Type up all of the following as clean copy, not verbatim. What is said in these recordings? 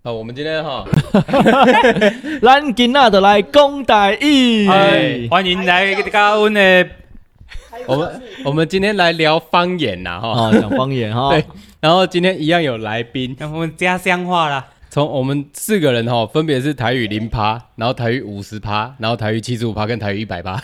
我们今天咱今仔就来讲台语， 欢迎来到我们的。 我们今天来聊方言呐， 讲方言哈。 对，然后今天一样有来宾， 我们家乡话啦。 从我们4个人分别是台语0%，然后台语50%，然后台语75%跟台语100%。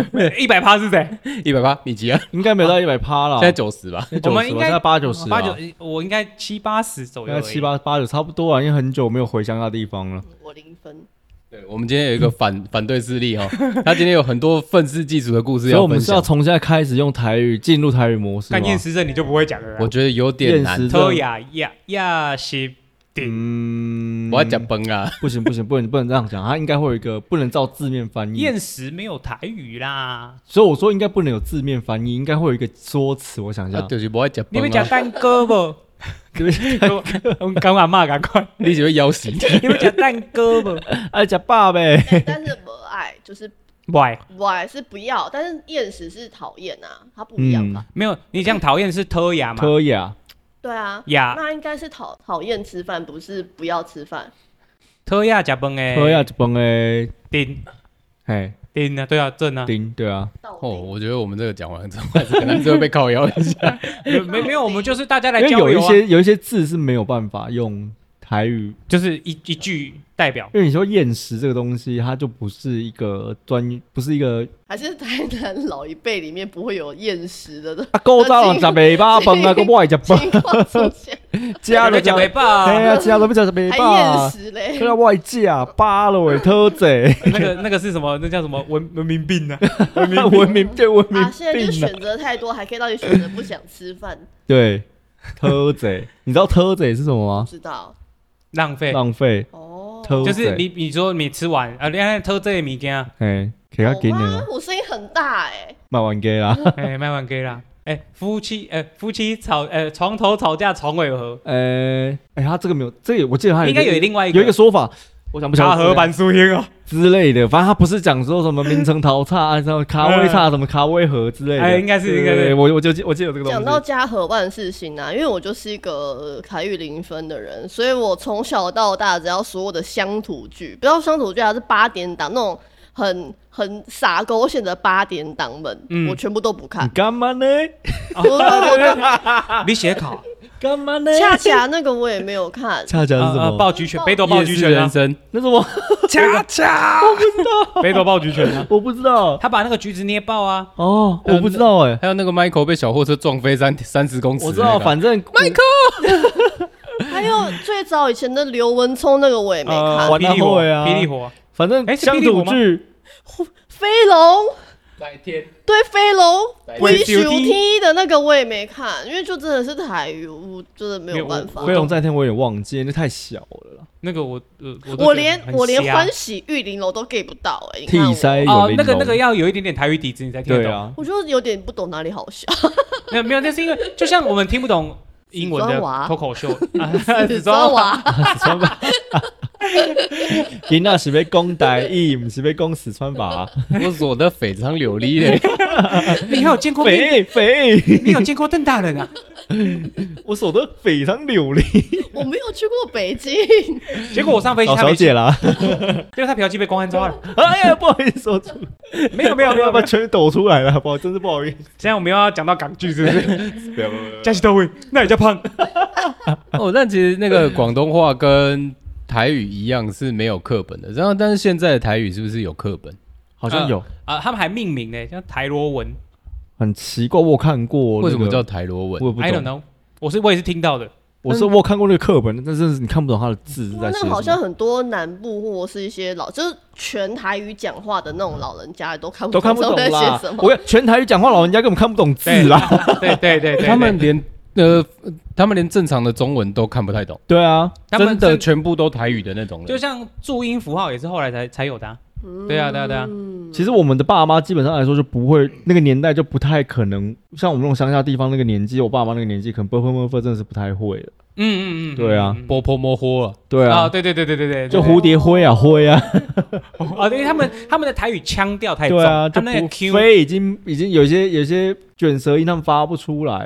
100%是谁 ？100%，米奇啊， 应该没有到100%啦， 现在90吧。 我们应该 80-90， 我应该70-80左右， 应该70-80差不多啊，因为很久没有回乡下地方了。 我0分。 对，我们今天有一个反对势力他今天有很多愤世嫉俗的故事要分享， 所以我们是要从现在开始用台语进入台语模式。 干厌食症你就不会讲了， 我觉得有点难。 偷呀是。 我要讲崩啊！ 不行，不能这样讲。它应该会有一个不能照字面翻译。 厌食没有台语啦， 所以我说应该不能有字面翻译，应该会有一个说辞。我想一下， 就是不会讲。 你们讲蛋糕不？我刚阿妈赶快， 你只会咬死。 你们讲蛋糕不？ 爱讲爸呗。 但是不爱就是不爱是不要，但是厌食是讨厌啊，它不一样吧？ 没有，你讲讨厌是偷牙吗？ 偷牙。 对啊，那应该是讨厌吃饭，不是不要吃饭。 讨厌吃饭诶， 讨厌吃饭诶， 丁， 嘿， 丁啊，对啊，正啊， 丁，对啊。 我觉得我们这个讲完之后，可能就会被靠腰一下。 没有，我们就是大家来交流因为有一些字是没有办法用台语， 就是一句代表。 因为你说厌食这个东西，它就不是一个不是一个。 还是台南老一辈里面不会有厌食的。 古早人吃袂饱饭啊，我爱吃饭。 家都吃袂饱， 对啊，家都不吃袂饱。 还厌食嘞？ 对啊，我爱吃饱了喂，偷贼。 那个是什么？那叫什么文明病啊？ 文明病啊！现在就选择太多，还可以让你选择不想吃饭。 对，偷贼，你知道偷贼是什么吗？ 不知道。 浪费哦， 就是你说你吃完你看偷这些物件， 给他给你了。 我声音很大卖完给啦， 卖完给啦。夫妻床头吵架床尾和。 他这个没有，这个我记得他应该有另外有一个说法，我想不起来。 卡合版输赢之类的，反正他不是讲说什么名城桃叉，然后卡威叉什么卡威河之类的。 应该是。 我记得这个东西。 讲到家和万事兴啊，因为我就是一个台语0分的人，所以我从小到大，只要所有的乡土剧，不要乡土剧，还是8点档那种很洒狗血的8点档们，我全部都不看。 你干嘛呢？ 你写考干嘛呢？ 恰恰那个我也没有看。 恰恰是什么？ 爆菊拳，北斗爆菊拳人生那什么？ 恰恰我不知道。 北斗爆菊拳啊， 我不知道。 他把那个橘子捏爆啊。 哦，我不知道还有那个 Michael 被小货车撞飞30公尺。 我知道，反正 Michael。还有最早以前的刘文聪那个我也没看。 霹雳火。 反正乡土剧。 飞龙。 白天对飞龙微修 T 的那个我也没看，因为就真的是台语，我真的没有办法。 飞龙在天我有点忘记，那太小了啦。 那个我连欢喜玉玲珑都 get 不到替塞有玲珑那个要有一点点台语底子你才听得懂。 对啊， 我就有点不懂哪里好笑。 没有，那是因为就像我们听不懂英文的脱口秀， 死抓娃。 囡仔是要讲台语，不是要讲四川话。 我说的非常流利嘞。 你有见过肥？ 你有见过邓大人啊？ 我说的非常流利。 我没有去过北京。 结果我上飞机， 老小姐啦。 结果他嫖妓被公安抓了。 哎呀，不好意思说出。 没有， 把全抖出来了，好不好？真是不好意思。 现在我们要讲到港剧，是不是？ 不要。 嘉熙到位，那也叫胖。 但其实那个广东话跟台语一样是没有课本的，然后但是现在的台语是不是有课本？ 好像有他们还命名呢，叫台罗文， 很奇怪，我有看过。 为什么叫台罗文？ 我也不懂。 I don't know， 我也是听到的。 我有看过那个课本，但是你看不懂他的字是在写什么。 那好像很多南部或是一些就是全台语讲话的那种老人家都看不懂在写什么。 我全台语讲话老人家根本看不懂字啦。 对， 他们连正常的中文都看不太懂。 对啊， 真的全部都台语的那种人。 就像注音符号也是后来才有的。对啊。 其实我们的爸妈基本上来说就不会，那个年代就不太可能像我们那种乡下地方那个年纪，我爸妈那个年纪可能 ㄅ 真的是不太会了。对啊， 波波摸摸啊， 对啊， 对， 就蝴蝶灰啊，灰啊， 因为他们的台语腔调太重， 对啊， 他们那个 Q 飞已经有些卷舌音，他们发不出来啦。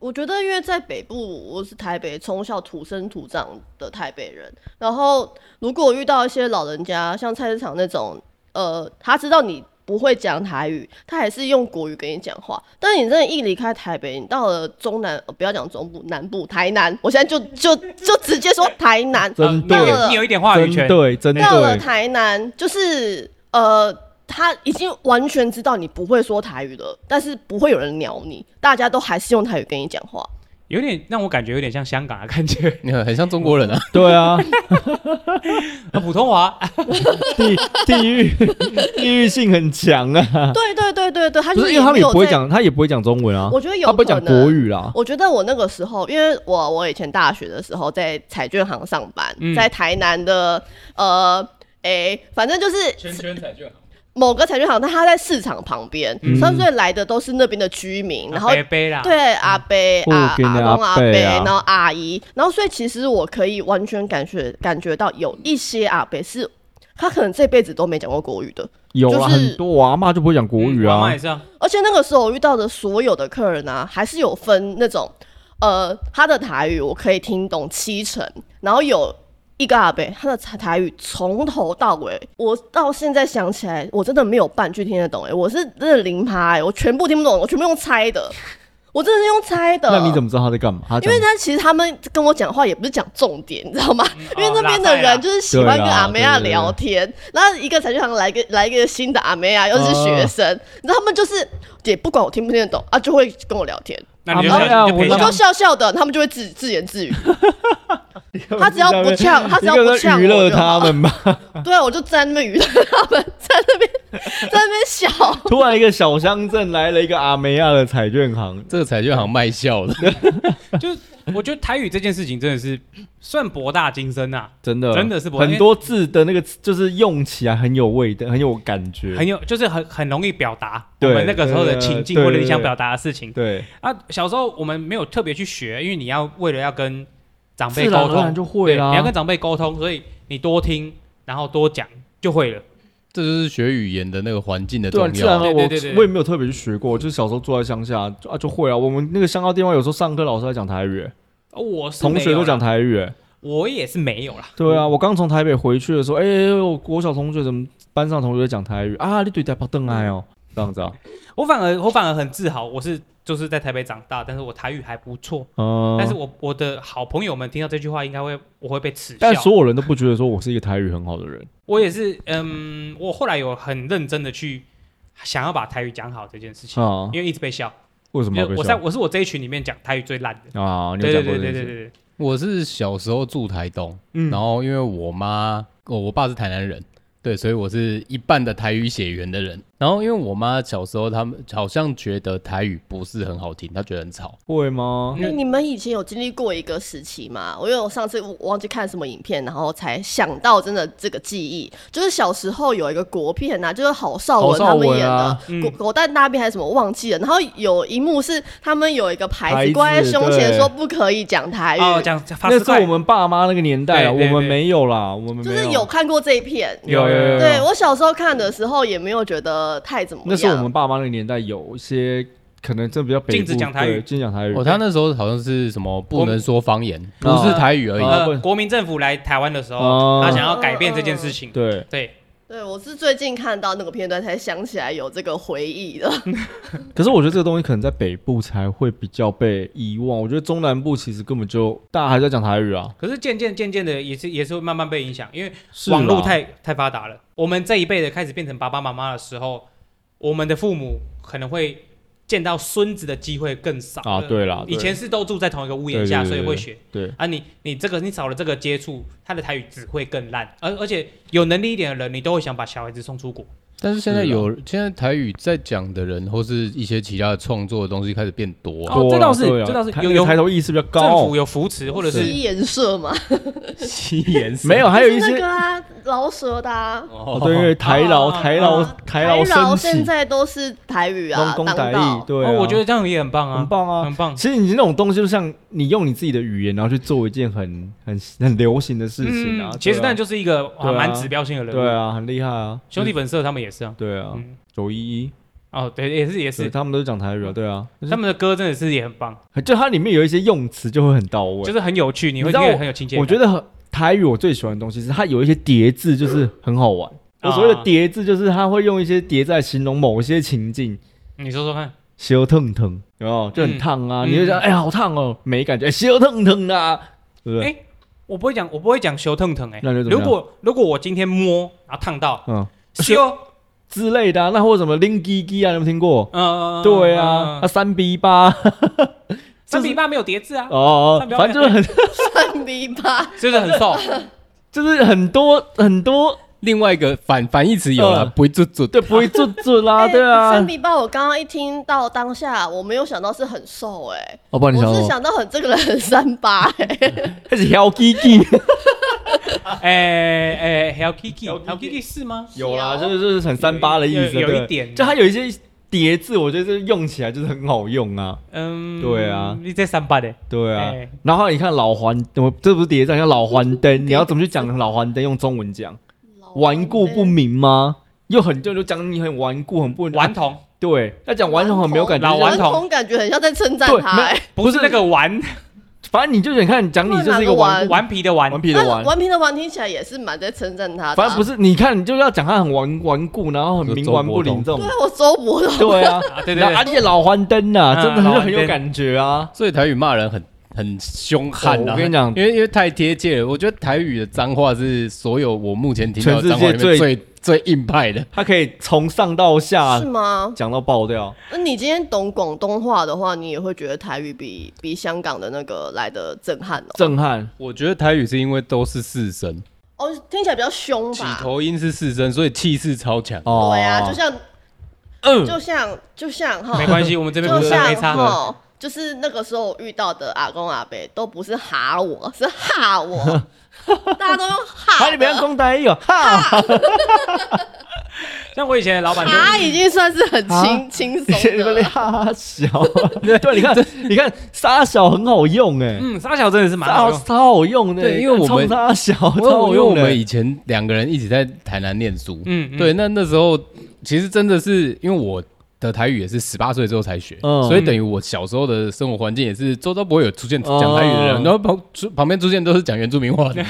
我觉得因为在北部，我是台北从小土生土长的台北人，然后如果遇到一些老人家，像菜市场那种，他知道你不会讲台语，他还是用国语跟你讲话。但你真的一离开台北，你到了中南，不要讲中部、南部，台南，我现在就直接说台南。 真对， 你有一点话语权。 真对。 到了台南，就是他已经完全知道你不会说台语了，但是不会有人鸟你，大家都还是用台语跟你讲话。 有点让我感觉有点像香港的感觉， 很像中国人啊。 对啊， 普通话， 地域性很强啊。 对，他就是因为他们也不会讲，他也不会讲中文啊。 我觉得有可能他不会讲国语啦。 我觉得我那个时候，因为我以前大学的时候在彩券行上班，在台南的反正就是圈彩券行。 某个彩券行，但他在市场旁边，所以来的都是那边的居民，然后对阿伯、阿公、阿伯，然后阿姨，然后所以其实我可以完全感觉到有一些阿伯是，他可能这辈子都没讲过国语的， 有啊，很多我阿嬷就不会讲国语啊， 我阿嬷也是啊。 而且那个时候我遇到的所有的客人啊，还是有分那种，他的台语我可以听懂70%，然后有一个阿伯，他的台语从头到尾，我到现在想起来，我真的没有半句听得懂。我是真的0%，我全部听不懂，我全部用猜的，我真的是用猜的。 那你怎么知道他在干嘛？ 因为其实他们跟我讲话也不是讲重点，你知道吗？因为那边的人就是喜欢跟阿妹亚聊天，然后一个彩券行来一个新的阿妹亚，又是学生，然后他们就是也不管我听不听得懂啊，就会跟我聊天。 那你我就笑笑的，他们就会自言自语。他只要不呛， 娱乐他们吧。 对啊，我就在那边娱乐他们，在那边笑。 突然一个小乡镇来了一个阿梅亚的彩券行， 这个彩券行卖笑的。 就是我觉得台语这件事情真的是算博大精深啊， 真的是博大， 很多字的那个就是用起来很有味道，很有感觉， 就是很容易表达我们那个时候的情境或者你想表达的事情。 对啊，小时候我们没有特别去学，因为你要为了要跟长辈沟通， 自然就会啦。 你要跟长辈沟通，所以你多听，然后多讲就会了。 这就是学语言的那个环境的重要。 对，自然我也没有特别去学过，就是小时候住在乡下就会啊。我们那个乡下地方有时候上课老师在讲台语， 我是同学都讲台语， 我也是没有啦。 对啊，我刚从台北回去的时候，我国小同学怎么班上同学在讲台语啊？你对台北邓爱哦，这样子啊。 我反而很自豪，就是在台北长大，但是我台语还不错。但是我的好朋友们听到这句话，应该我会被耻笑。 但所有人都不觉得说我是一个台语很好的人。 我也是，我后来有很认真的去想要把台语讲好这件事情，因为一直被笑。 为什么被笑？ 我是我这一群里面讲台语最烂的啊！ 对， 我是小时候住台东，然后因为我爸是台南人。对，所以我是一半的台语血缘的人。然后因为我妈小时候他们好像觉得台语不是很好听，她觉得很吵。 会吗？ 你们以前有经历过一个时期吗？因为我上次忘记看什么影片，然后才想到真的这个记忆，就是小时候有一个国片啊，就是郝邵文他们演的狗蛋大便还是什么忘记了，然后有一幕是他们有一个牌子挂在胸前说不可以讲台语， 那是我们爸妈那个年代啊，我们没有啦，我们没有就是有看过这一片， 有。 对，我小时候看的时候也没有觉得太怎么样。 那是我们爸妈那个年代有一些可能真的比较北部禁止讲台语， 禁止讲台语。 他那时候好像是什么不能说方言，不是台语而已。 国民政府来台湾的时候，他想要改变这件事情。 对，我是最近看到那个片段才想起来有这个回忆的。 可是我觉得这个东西可能在北部才会比较被遗忘，我觉得中南部其实根本就大家还在讲台语啊。 可是渐渐的也是会慢慢被影响，因为网络太发达了。我们这一辈的开始变成爸爸妈妈的时候，我们的父母可能会见到孙子的机会更少啊。对啦， 以前是都住在同一个屋檐下，所以会学。 对啊，你少了这个接触，他的台语只会更烂。而且有能力一点的人，你都会想把小孩子送出国。 但是现在台语在讲的人，或是一些其他的创作的东西开始变多。 这倒是有抬头意识比较高， 政府有扶持，或者是西颜社嘛， 西颜社没有，还有一些那个啊，饶舌的啊。 对，因为台劳升起， 现在都是台语啊， 当道。对， 我觉得这样也很棒啊， 很棒啊， 很棒。 其实你那种东西，就像你用你自己的语言，然后去做一件很流行的事情啊。 其实那就是一个蛮指标性的人物。 对啊，很厉害啊。 兄弟本色他们也是啊。 对啊。911 哦，对，也是， 他们都是讲台语啊，对啊， 他们的歌真的是也很棒， 就它里面有一些用词就会很到位， 就是很有趣，你会觉得很有亲切感。 我觉得台语我最喜欢的东西是它有一些叠字，就是很好玩。我所谓的叠字，就是它会用一些叠在形容某些情境。 你说说看， 烧烫烫，有没有？就很烫啊，你就讲好烫哦，没感觉，烧烫烫啊，对不对？ 我不会讲烧烫烫那就怎么样？ 如果我今天摸然后烫到， 烧之类的，那或者什么拎鸡鸡啊，你有没有听过？对啊，3B8。 3B8没有叠字啊， 反正就是很 3B8， 就是很瘦， 就是很多。 另外一个反义词有了，不会准， 对，不会准啦，对啊。 3B8，我刚刚一听到当下，我没有想到是很瘦不然你我是想到这个人很38 那是小鸡鸡。 Hello Kitty 是吗？ 有啦，就是很38的意思， 有一点， 就它有一些叠字，我觉得用起来就是很好用啊。对啊， 你在38的， 对啊。然后你看老还，这不是叠字，像老还灯，你要怎么去讲老还灯？用中文讲，顽固不明吗？又很就讲你很顽固，很不顽童。 对，要讲顽童很没有感觉， 老顽童感觉很像在称赞他， 不是那个顽。 反正你就想看讲你就是一个顽皮的顽， 顽皮的顽听起来也是蛮在称赞他的。 反正不是，你看你就要讲他很顽固，然后很冥顽不灵这种。 对，我周伯通。 对啊， 对， 而且老还灯啊，真的很有感觉啊。 所以台语骂人很凶悍啊！ 我跟你讲， 因为太贴切了。我觉得台语的脏话是所有我目前听到的脏话里面最硬派的， 它可以从上到下是吗？ 讲到爆掉。 那你今天懂广东话的话，你也会觉得台语比香港的那个来的震撼哦。 震撼， 我觉得台语是因为都是四声， 听起来比较凶吧？ 起头音是四声，所以气势超强。 对啊，就像哈， 没关系，我们这边不是没差。 就是那个时候我遇到的阿公阿伯都不是哈我，是哈我，大家都用哈。 你不要讲台语哦，哈。 像我以前的老板， 哈已经算是很轻松的了。 哈小，对，你看沙小很好用沙小真的是蛮好用， 超好用的。 对，因为我们沙小超好用，因为我们以前2个人一起在台南念书，对，那时候其实真的是因为我的台语也是18岁之后才学，所以等于我小时候的生活环境也是周遭不会有出现讲台语的人，然后旁边出现都是讲原住民话的，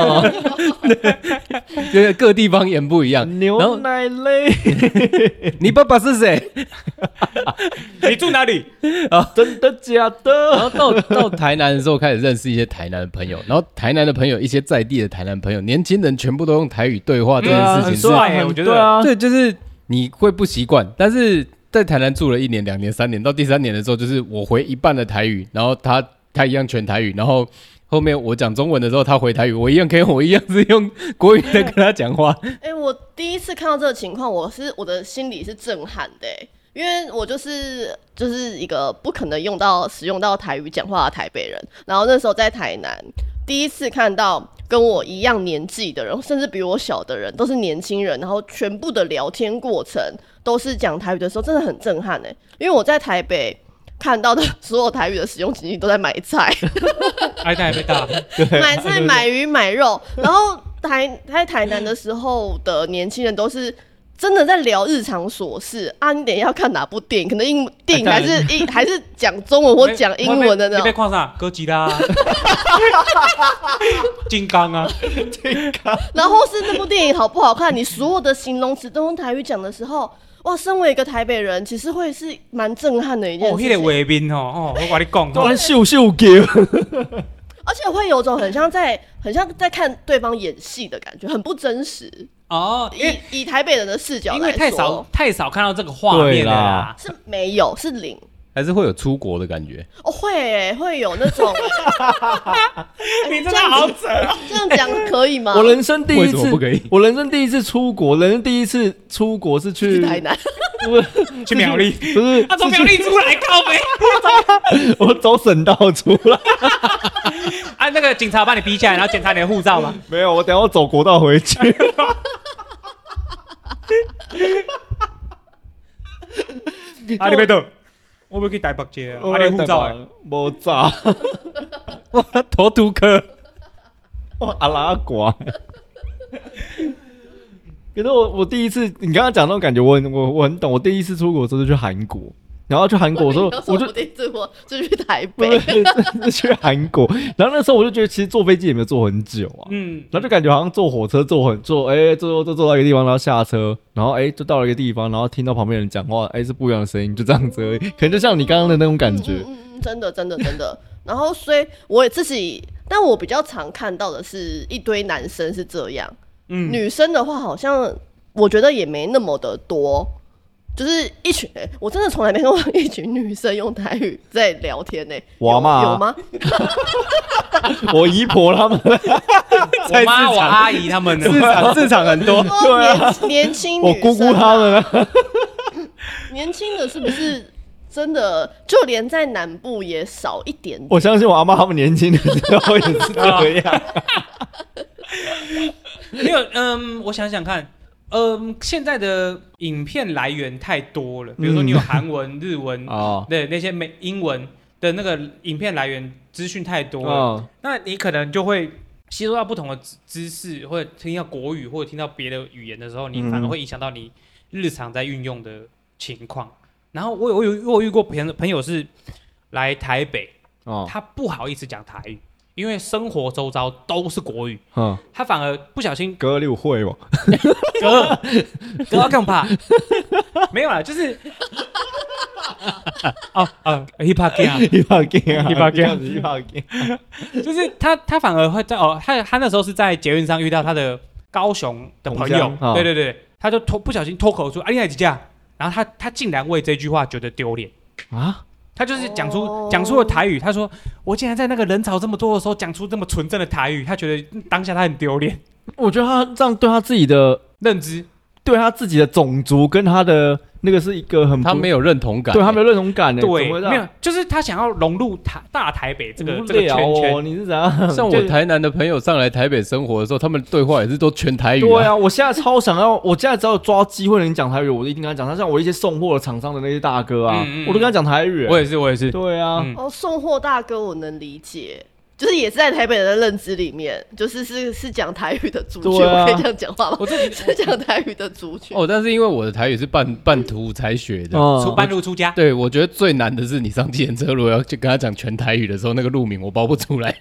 对，各地方言不一样。 牛奶类， 你爸爸是谁？ 你住哪里？ 真的假的？ 然后到台南的时候开始认识一些台南的朋友，然后台南的朋友一些在地的台南朋友，年轻人全部都用台语对话，这件事情很帅，我觉得对，就是你会不习惯，但是在台南住了1年、2年、3年，到第3年的时候，就是我回一半的台语，然后他一样全台语，然后后面我讲中文的时候，他回台语，我一样是用国语在跟他讲话。 我第一次看到这个情况，我的心里是震撼的，因为我就是一个不可能使用到台语讲话的台北人，然后那时候在台南第一次看到跟我一样年纪的人，甚至比我小的人，都是年轻人，然后全部的聊天过程都是讲台语的时候，真的很震撼因为我在台北看到的所有台语的使用情境都在买菜， 台北大， 买菜、买鱼、买肉，然后在台南的时候的年轻人都是真的在聊日常琐事啊！你等一下要看哪部电影？可能电影还是讲中文或讲英文的那种。 你被看啥？哥吉拉、金刚啊，金刚。 然后是那部电影好不好看？你所有的形容词都用台语讲的时候，哇！身为一个台北人，其实会是蛮震撼的一件事情。 那个画面我跟你讲， 都很秀叫。 而且会有种很像在看对方演戏的感觉，很不真实以台北人的视角来说， 因为太少看到这个画面了啦， 是没有，是零， 还是会有出国的感觉会有那种你真的好扯这样讲可以吗？ 我人生第一次， 为什么不可以？ 我人生第一次出国，是去台南， 去苗栗， 不是他从苗栗出来靠北， 我走省道出来。 那个警察把你逼下来，然后检查你的护照吗？ 没有，我等一下我走国道回去。 你别动，我要去台北街啊！你护照无照， 我头秃科， 我阿拉瓜。 可是我第一次，你刚刚讲那种感觉，我很懂。我第一次出国的时候就去韩国，然后去韩国的时候，我就第一次就去台北， 对，去韩国。然后那时候我就觉得，其实坐飞机也没有坐很久啊，然后就感觉好像坐火车坐到一个地方，然后下车，然后就到了一个地方，然后听到旁边人讲话，是不一样的声音，就这样子而已。可能就像你刚刚的那种感觉， 真的。然后所以我也自己，但我比较常看到的是一堆男生是这样，女生的话好像我觉得也没那么的多。就是一群我真的从来没看过一群女生用台语在聊天我妈有吗？ 我姨婆他们， 我妈、我阿姨他们， 市场很多， 对啊，年轻女生， 我姑姑他们， 年轻的是不是真的？就连在南部也少一点点。 我相信我阿妈他们年轻的时候也是这样。 没有，我想想看。现在的影片来源太多了，比如说你有韩文、日文的那些英文的那个影片来源资讯太多了，那你可能就会吸收到不同的知识，或者听到国语，或者听到别的语言的时候，你反而会影响到你日常在运用的情况。然后我有遇过朋友是来台北，他不好意思讲台语。因为生活周遭都是国语，他反而不小心哥你有会吗？ 哥干嘛？没有啦，就是 hip-hop， 就是他反而会在他那时候是在捷运上遇到他的高雄的朋友，对，他就不小心脱口出你哪几家？然后他竟然为这句话觉得丢脸啊！他就是讲出了台语，他说我竟然在那个人潮这么多的时候讲出这么纯正的台语，他觉得当下他很丢脸。 我觉得他这样对他自己的认知， 对他自己的种族跟他的那个是一个他没有认同感， 对他没有认同感对，没有，就是他想要融入大台北这个圈圈。 你是怎样？ 像我台南的朋友上来台北生活的时候，他们对话也是都全台语。 对啊，我现在超想要，我现在只要抓机会能讲台语，我就一定跟他讲。他像我一些送货的厂商的那些大哥啊，我都跟他讲台语。 我也是。 对啊， 送货大哥我能理解。就是也是在台北人的认知里面，就是讲台语的族群，我可以这样讲话吗？是讲台语的族群。 但是因为我的台语是半途才学的， 半路出家。 对，我觉得最难的是你上计程车，如果要去跟他讲全台语的时候，那个路名我报不出来。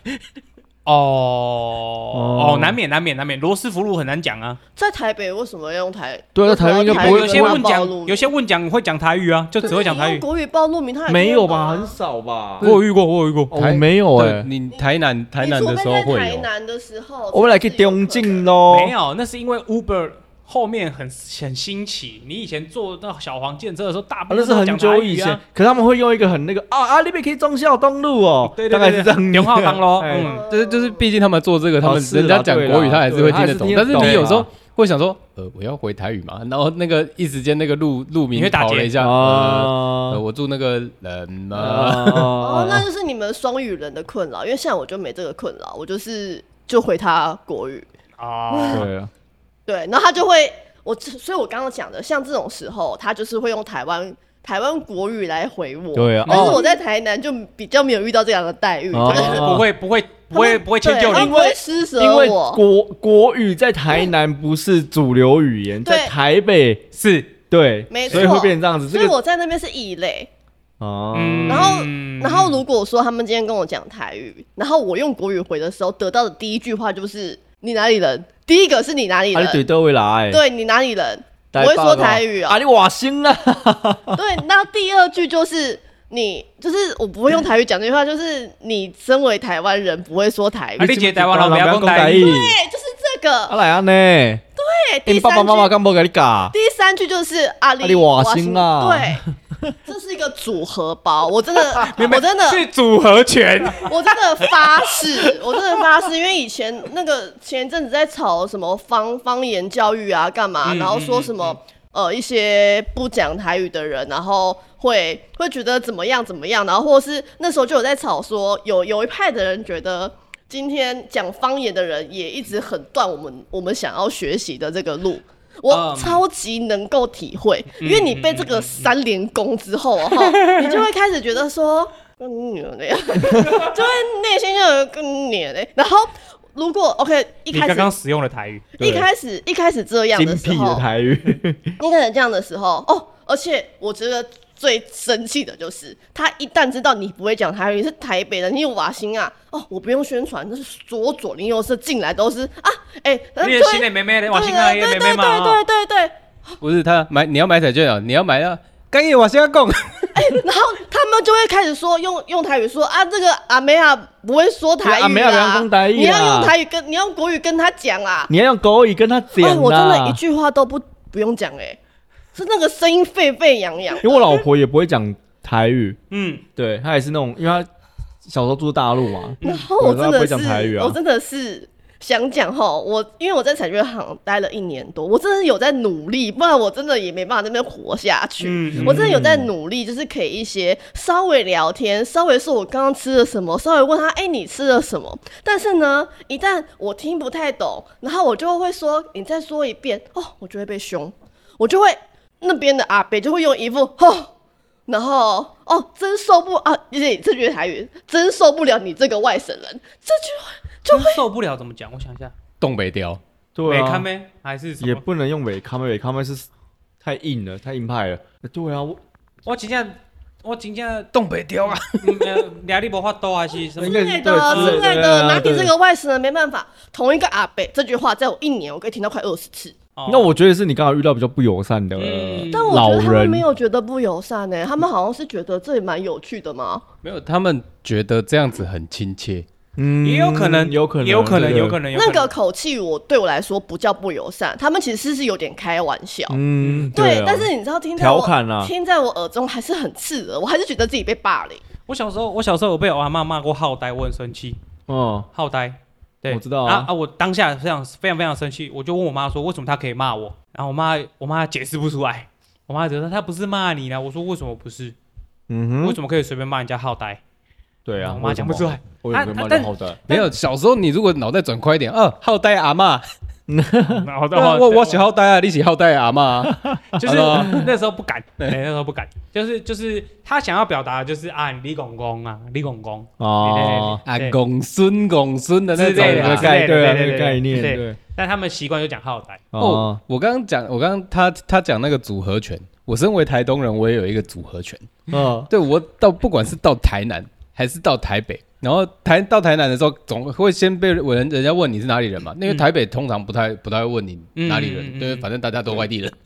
难免，罗斯福路很难讲啊。 在台北为什么要用台？ 对，在台湾就不会。 有些问讲会讲台语啊，就只会讲台语。 国语报路名他没有吧？很少吧？ 我有遇过。 我没有你台南的时候会有。 台南的时候， 我们来去中正咯。 没有，那是因为 Uber。后面很兴起，你以前坐那小黄建车的时候，大部分都讲台语啊。 那是很久以前，可是他们会用一个很那个那边可以忠孝东路对， 大概是这样。 电话当咯， 就是毕竟他们做这个，他们人家讲国语，他还是会听得懂。但是你有时候会想说，我要回台语嘛，然后那个一时间那个路名跑了一下，我住那个人嘛， 那就是你们双语人的困扰，因为像我就没这个困扰，我就回他国语对啊。 对，然后他就会所以我刚刚讲的，像这种时候，他就是会用台湾国语来回我。 对啊， 但是我在台南就比较没有遇到这样的待遇，就是不会迁就你， 不会施舍我。 因为国语在台南不是主流语言，在台北是对， 没错， 所以会变成这样子。 所以我在那边是异类。然后如果说他们今天跟我讲台语，然后我用国语回的时候，得到的第一句话就是你哪里人？第一个是你哪里人？ 你对都会来。 对，你哪里人？不会说台语啊？ 你外省啦。 对，那第二句就是我不会用台语讲这句话，就是你身为台湾人不会说台语。 你姐台湾人不要讲台语。 对，就是这个。 来啊呢？ 对， 你爸爸妈妈敢不给你教？ 第三句就是你外省啦。 对。这是一个组合包，我真的是组合拳， 我真的发誓，因为以前前一阵子在吵什么方言教育啊，干嘛，然后说什么一些不讲台语的人，然后会觉得怎么样，然后或是那时候就有在吵说，有一派的人觉得今天讲方言的人也一直很断我们想要学习的这个路。我超级能够体会，因为你被这个3连攻之后，你就会开始觉得说，跟你那样，就会内心就有跟你嘞。然后如果 OK 一开始你刚刚使用了台语， 一开始这样的时精辟的候， 台语， 一开始这样的时候哦，而且我觉得最生气的就是他一旦知道你不会讲台语，你是台北人，你有瓦辛啊，哦，我不用宣传，那是左邻右舍进来都是啊， 你的新的妹妹的瓦辛啊，也妹妹嘛， 对， 不是你要买彩券啊，你要买啊，刚也我先要讲， 然后他们就会开始说用台语说啊，这个阿梅亚不会说台语阿梅亚不要讲台语啦， 你要用台语你要用国语跟他讲啦， 你要用国语跟他讲啦。 我真的一句话都不用讲是那个声音沸沸扬扬。 因为我老婆也不会讲台语， 嗯， 对，她也是那种，因为她小时候住大陆嘛， 然后我真的她不会讲台语是， 啊我真的是想讲因为我在彩券行待了1年多，我真的有在努力，不然我真的也没办法在那边活下去。我真的有在努力，就是可以一些稍微聊天，稍微说我刚刚吃了什么，稍微问他，你吃了什么？但是呢，一旦我听不太懂，然后我就会说，你再说一遍，我就会被凶，我就会那边的阿伯就会用一副然后真受不啊，这句台语真受不了你这个外省人，这句话就会受不了怎么讲？我想一下， 东北调， 对啊， 没看没还是什么也不能用伪康妹，伪康妹是太硬了，太硬派了。对啊， 我真正东北调啊， 俩你无法度还是什么？ 应该亲爱的，亲爱的，拿你这个外省人没办法。同一个阿伯这句话，在我1年我可以听到快20次。 那我觉得是你刚好遇到比较不友善的但我老觉得他们人， 没有觉得不友善他们好像是觉得这也蛮有趣的嘛。 没有，他们觉得这样子很亲切。 也有可能， 有可能， 有可能， 对有可能。 那个口气对我来说不叫不友善，他们其实是有点开玩笑。对，但是你知道调侃啊， 听在我耳中还是很刺耳，我还是觉得自己被霸凌。 我小时候有被我阿妈骂过好呆，我很生气。好呆。对， 我知道啊。 我当下非常非常生气，我就问我妈说，为什么她可以骂我？然后我妈解释不出来，我妈觉得她不是骂你啦。我说为什么不是？为什么可以随便骂人家好呆？ 对啊， 我妈讲不出来。 但没有，小时候你如果脑袋转快一点，好呆阿嬷，我是好呆啊，你是好呆阿嬷， 就是那时候不敢，那时候不敢，就是他想要表达的就是你公公啊，你公公公孙的那种概念，对。 但他们习惯就讲好呆。 我刚刚他讲那个组合拳，我身为台东人，我也有一个组合拳。对，我不管是到台南还是到台北，然后到台南的时候，总会先被人家问你是哪里人嘛，因为台北通常不太会问你哪里人，对，反正大家都外地人。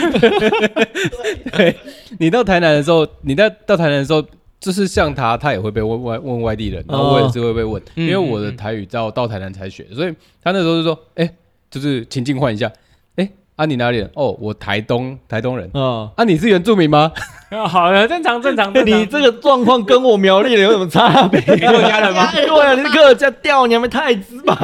对，你到台南的时候，就是像他也会被问外地人，然后我也是会被问，因为我的台语到台南才学，所以他那时候就说，就是情境换一下，你哪里人？我台东人。你是原住民吗？ 好了，正常。 你这个状况跟我苗栗人有什么差别？ 你客家人吗？ 对啊，你是客家调，你还没太直白。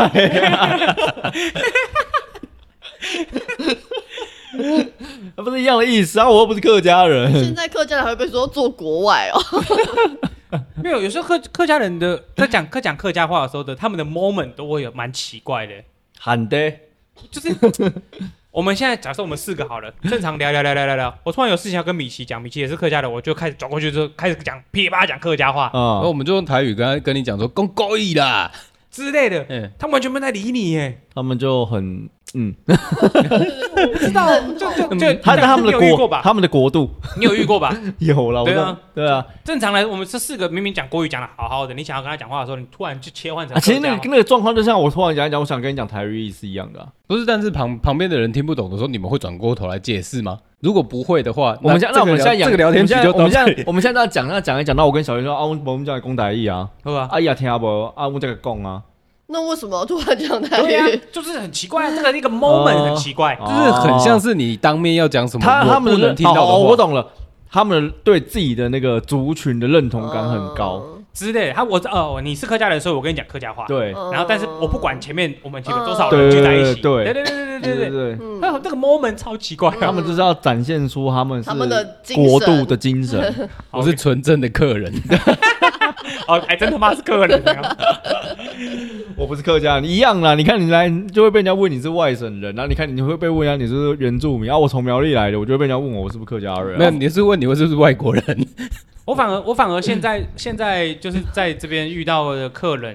不是一样的意思啊！我又不是客家人。 现在客家人还会被说做国外没有，有时候客家人的在讲客家话的时候他们的 moment 都会有蛮奇怪的。 喊的， 就是我们现在假设我们4个好了，正常聊，我突然有事情要跟米奇讲，米奇也是客家人，我就开始走过去之后开始讲噼里啪啦讲客家话， 然后我们就用台语跟你讲说讲国语啦之类的，他们完全没在理你耶， 他们就很不知道，就他在他们的国度， 你有遇过吧？ 有啦，对啊。 正常来，我们这4个明明讲国语讲的好好的，你想要跟他讲话的时候，你突然就切换成其实那个状况就像我突然讲，我想跟你讲台语意思一样的。 不是，但是旁边的人听不懂的时候，你们会转过头来解释吗？如果不会的话， 我们现在这个聊天局就到这里。 我们现在讲一讲，那我跟小云说我们讲讲台语啊， 好吧？ 也听不我这个讲啊。 那为什么突然讲台语？ 就是很奇怪，这个一个 moment 很奇怪， 就是很像是你当面要讲什么， 他们不能听到的话。 我懂了，他们对自己的那个族群的认同感很高之类的。你是客家人，所以我跟你讲客家话。 对， 然后但是我不管前面我们多少人聚在一起。对，那个 moment 超奇怪， 他们就是要展现出他们的国度的精神。 我是纯正的客人。 还真他妈是客人。 我不是客家人，一样啦。你看你来就会被人家问你是外省人，然后你看你会被问你是原住民，我从苗栗来的，我就会被人家问我是不是客家人。 没有，你是问你是不是外国人。 我反而现在就是在这边遇到的客人，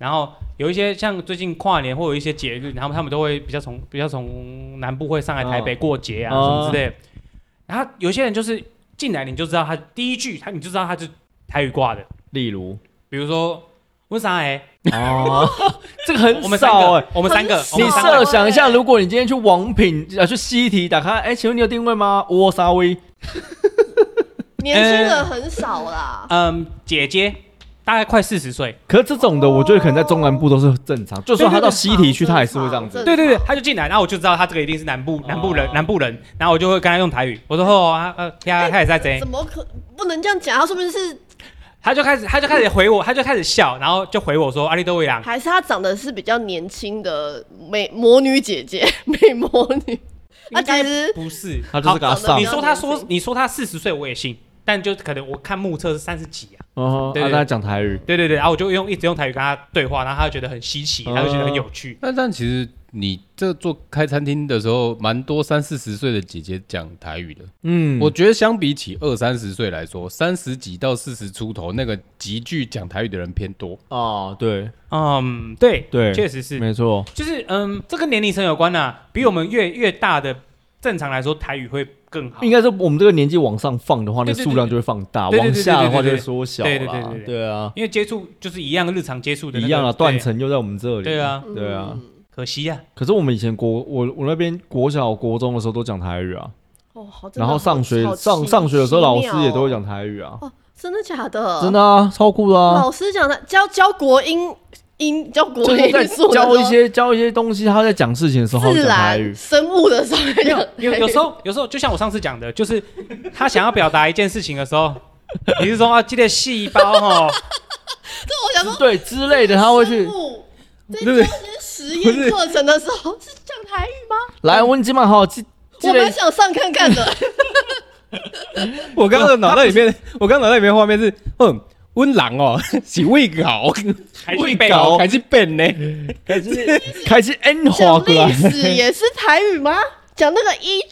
然后有一些像最近跨年或有一些节日，然后他们都会比较从南部会上来台北过节啊什么之类的。然后有些人就是进来你就知道他第一句你就知道他是台语挂的， 例如比如说为啥哦，这个很少我们三个， 你设想一下，如果你今天去王品去西提打开，请问你有定位吗？我沙威， 年轻人很少啦。 姐姐大概快40岁， 可是这种的，我觉得可能在中南部都是正常，就算他到西提去，他也是会这样子。 对，他就进来，然后我就知道他这个一定是南部人，然后我就会跟他用台语，我说他也在这， 怎么可不能这样讲？他说不定是。 他就开始回我，他就开始笑，然后就回我说：“阿里多维郎。” 还是他长得是比较年轻的魔女姐姐，美魔女。他其实不是， 他就是给他上。 你说他40岁，我也信，但就可能我看目测是30几啊。 对，他讲台语。 对，然后我就一直用台语跟他对话，然后他就觉得很稀奇，他就觉得很有趣。 但其实你这做开餐厅的时候，蛮多30-40岁的姐姐讲台语的。我觉得相比起20-30岁来说，30几到40出头那个极具讲台语的人偏多。 哦，对， 对，确实是， 没错。 就是这跟年龄层有关呐。比我们越大的，正常来说台语会更好。 应该是我们这个年纪往上放的话，那数量就会放大；往下的话就会缩小。对啊， 因为接触就是一样，日常接触的一样啊，断层又在我们这里。 对啊，可惜啊。 可是我们以前我那边国小国中的时候都讲台语啊。然后上学的时候，老师也都会讲台语啊。 真的假的？ 真的啊，超酷的啊！ 老师讲的教国音，教国音， 就是教一些东西。他在讲事情的时候，他讲台语。 生物的时候， 有时候就像我上次讲的，就是他想要表达一件事情的时候，你是说这个细胞哈， 这我想说对之类的，他会去。 在做一些实验课程的时候是讲台语吗？ 来，我们今晚好， 我蛮想上看看的。 我刚刚脑袋里面画面是，温狼哦，是喂狗，还是笨呢？ 开始 N 化过来。 历史也是台语吗？讲那个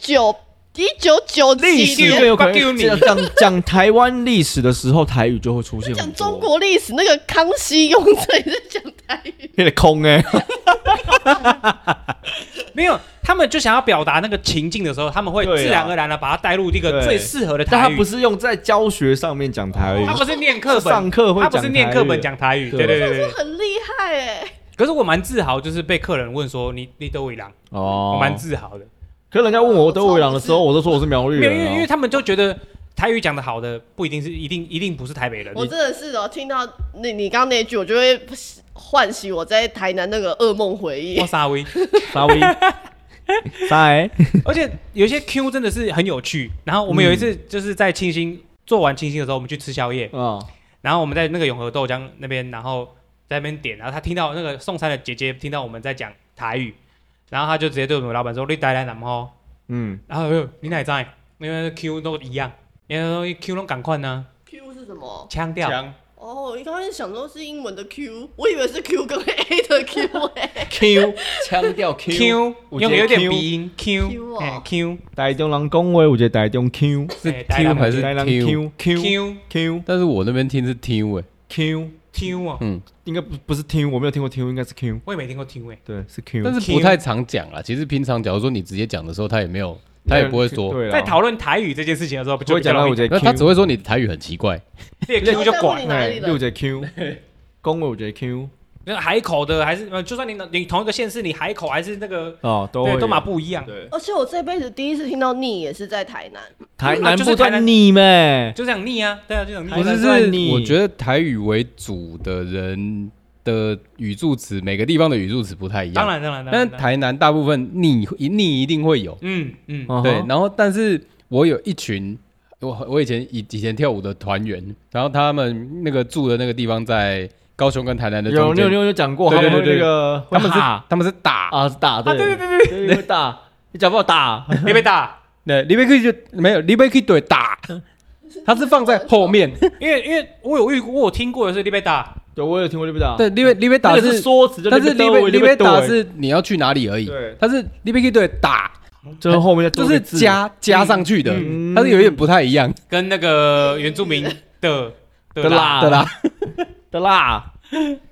1997年历史更有可能讲台湾历史的时候，台语就会出现。 讲中国历史，那个康熙、雍正也是讲台语。 有点空没有，他们就想要表达那个情境的时候，他们会自然而然的把它带入一个最适合的台语。 但他不是用在教学上面讲台语， 他不是念课本， 上课会讲台语， 他不是念课本讲台语。对， 很厉害哎。 可是我蛮自豪，就是被客人问说你德维郎，我蛮自豪的。 可是人家问我德维郎的时候，我都说我是苗栗人， 因为他们就觉得台语讲的好的不一定是一定不是台北人。 我真的是听到你刚刚那句，我就会唤起我在台南那个噩梦回忆。 沙威，而且有些 Q 真的是很有趣。然后我们有一次就是在清新做完清新的时候，我们去吃宵夜，然后我们在那个永和豆浆那边，然后在那边点，然后他听到那个送餐的姐姐听到我们在讲台语，然后他就直接对我们老板说：“你台南人吼。”然后你哪知？因为 Q 都一样，因为 Q 都赶快呢。 Q 是什么？ 腔调。 哦，你刚才想说是英文的 Q， 我以为是 Q 跟 A 的 Q Q 腔调 Q 有点鼻音 Q。 台中人讲话有一个台中 Q， 是 Q 还是 Q？ 但是我那边听是 Q 哎 ，Q 啊，应该不是 Q， 我没有听过 Q， 应该是 Q， 我也没听过 Q 哎， 对，是 Q， 但是不太常讲啦。其实平常假如说你直接讲的时候，他也不会说。 在讨论台语这件事情的时候， 不会讲到我这 Q， 他只会说你的台语很奇怪。 这 Q 就管， 有这 Q， 讲话有这 Q， 那海口的还是就算你同一个县市，你海口还是那个都嘛不一样。 对， 而且我这辈子第一次听到腻也是在台南， 台南不算腻咩， 就讲腻啊，对啊，就讲腻。 不是，我觉得台语为主的人的语助词，每个地方的语助词不太一样。 当然。 但是台南大部分腻一定会有。对。然后，但是我有一群我以前跳舞的团员，然后他们那个住的那个地方在高雄跟台南的中间。 有讲过，他们那个他们是打啊，是打，对，会打，你讲不好打， 你被打， 对，你被可以就没有，你被可以对打，它是放在后面， 因为我有听过的是你被打。 对，我有听过利贝达。 对，利贝达是说辞， 但是利贝达是你要去哪里而已。 对， 但是利贝可以对打， 就是后面就是加上去的，它是有点不太一样， 跟那个原住民的啦。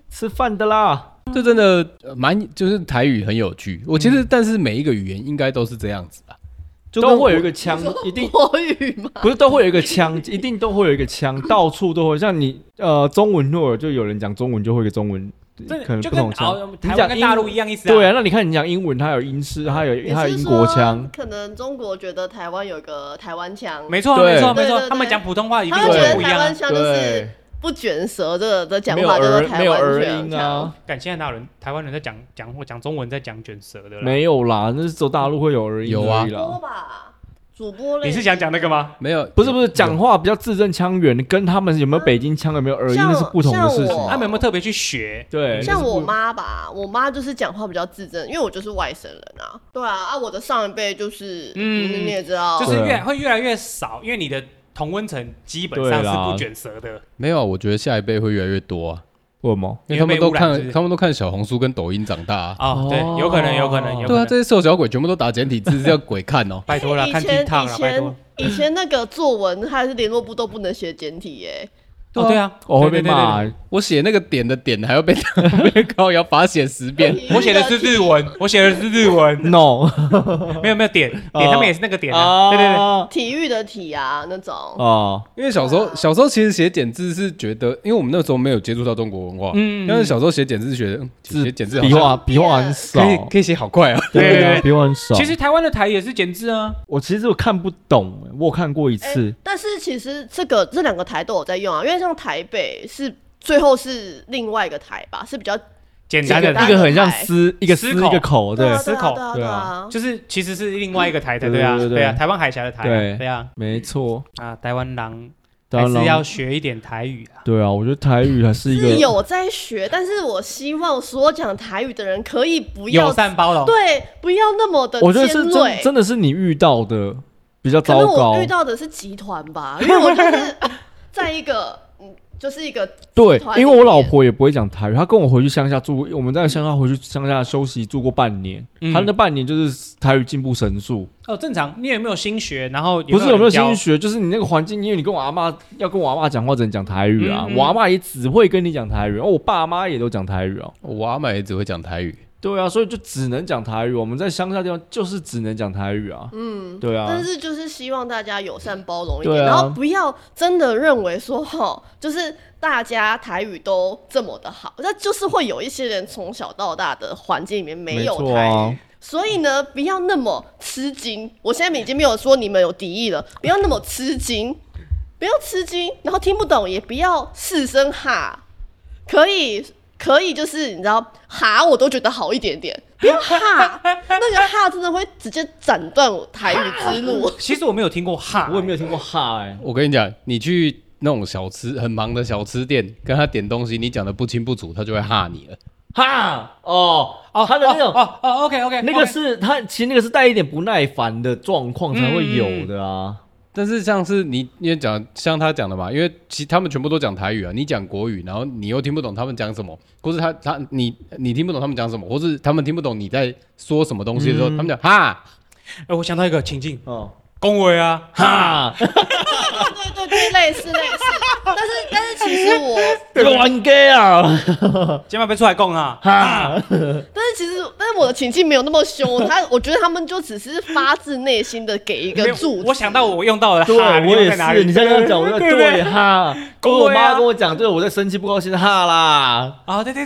吃饭的啦。 这真的就是台语很有趣。我其实但是每一个语言应该都是这样子吧，就都会有一个腔，一定国语吗？ 不是都会有一个腔，一定都会有一个腔，到处都会。像你中文如果就有人讲中文就会有一个中文。可能不同腔， 台湾跟大陆一样意思啊。 对啊，那你看你讲英文，它有英式，它有英国腔。 可能中国觉得台湾有一个台湾腔， 没错没错没错，他们讲普通话一定会不一样。 他们觉得台湾腔就是不卷舌的讲法，就是台湾腔。 感现在台湾人在讲中文在讲卷舌的啦。 没有啦，那是走大陆会有儿音有啊。 主播类， 你是想讲那个吗？ 没有， 不是，讲话比较字正腔圆，跟他们有没有北京腔，有没有耳音，那是不同的事情。 他们有没有特别去学？ 对， 像我妈吧，我妈就是讲话比较字正，因为我就是外省人啊。对啊，我的上一辈就是，你也知道， 就是会越来越少，因为你的同温层基本上是不卷舌的。 没有，我觉得下一辈会越来越多啊。 为什么？ 因为他们都看小红书跟抖音长大啊。 哦，对，有可能。 对啊，这些瘦小鬼全部都打简体字，是要鬼看哦。 拜托了，看 TikTok 了，拜托。 以前那个作文还是联络部都不能写简体耶。 对啊， 我会被骂。 我写那个点的点还要被高要罚写10遍。 我写的是日文。 No， 没有点，他们也是那个点啊。对。 体育的体啊，那种。 哦，因为小时候其实写简字是觉得，因为我们那时候没有接触到中国文化，但是小时候写简字觉得写简字笔画很少， 可以写好快啊。 对，笔画很少。 其实台湾的台也是简字啊。 我其实看不懂，我有看过一次。 但是其实这两个台都有在用啊，因为像台北是最后是另外一个台吧，是比较简单的， 一个很像丝，一个丝一个口，对， 丝口， 对啊， 就是其实是另外一个台的，对啊，台湾海峡的台，对啊， 没错啊，台湾人还是要学一点台语啊。 对啊，我觉得台语还是一个有在学，但是我希望所有讲台语的人可以不要友善包容， 对，不要那么的尖锐。 我觉得是真的是你遇到的比较糟糕。可能我遇到的是集团吧，因为我就是在一个。就是一个对，因为我老婆也不会讲台语，她跟我回去乡下住，我们在乡下回去乡下休息住过半年，她那半年就是台语进步神速。 哦，正常。你有没有新学？然后不是有没有新学，就是你那个环境，因为你跟我阿嬷要跟我阿嬷讲话，只能讲台语啊。我阿嬷也只会跟你讲台语，我爸妈也都讲台语啊。 我阿嬷也只会讲台语。 对啊，所以就只能讲台语。我们在乡下地方就是只能讲台语啊。对啊。 但是就是希望大家友善包容一点，然后不要真的认为说就是大家台语都这么的好，那就是会有一些人从小到大的环境里面没有台语。所以呢，不要那么吃惊。我现在已经没有说你们有敌意了，不要那么吃惊，然后听不懂也不要四声哈，可以，就是你知道哈，我都觉得好一点点。不要哈，那个哈真的会直接斩断我台语之路。 其实我没有听过哈， 我也没有听过哈。 我跟你讲，你去那种很忙的小吃店，跟他点东西，你讲的不清不楚，他就会哈你了。 哈他的那种 OK， 那个是他其实那个是带一点不耐烦的状况才会有的啊。 但是像是你也讲像他讲的嘛，因为他们全部都讲台语啊，你讲国语，然后你又听不懂他们讲什么，或是你听不懂他们讲什么，或是他们听不懂你在说什么东西的时候，他们讲哈。 我想到一个情境恭维啊哈。 对，类似。但是其实我乱给啊， 今晚别出来讲啊哈。但是我的情境没有那么凶，我觉得他们就只是发自内心的给一个祝福。 我想到我用到了哈， 对，我也是。你在这样讲，我就对哈。我妈跟我讲，对我在生气不高兴哈啦。 啊，对。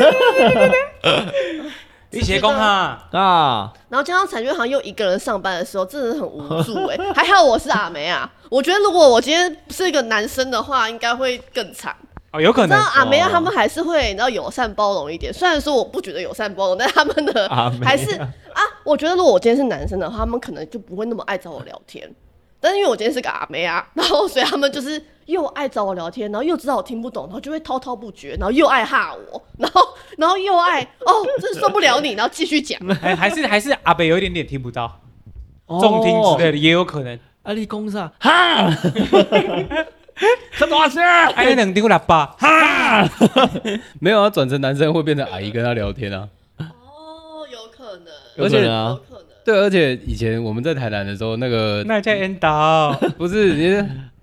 一起讲哈啊，然后加上彩券行又一个人上班的时候，真的很无助还好我是阿梅啊，我觉得如果我今天是一个男生的话，应该会更惨。 有可能。 知道阿梅啊，他们还是会你知道友善包容一点，虽然说我不觉得友善包容，但他们的还是我觉得如果我今天是男生的话，他们可能就不会那么爱找我聊天。但是因为我今天是个阿妹啊，然后所以他们就是又爱找我聊天，然后又知道我听不懂，然后就会滔滔不绝，然后又爱哈我，然后又爱真受不了你，然后继续讲。 还是阿北有一点点听不到，重听之类的也有可能。 你讲啥？哈！这大声！ 还能丢喇叭？哈！ 没有，他转成男生会变成阿姨跟他聊天啊。 有可能。 而且啊。 对，而且以前我们在台南的时候，那叫引导， 不是你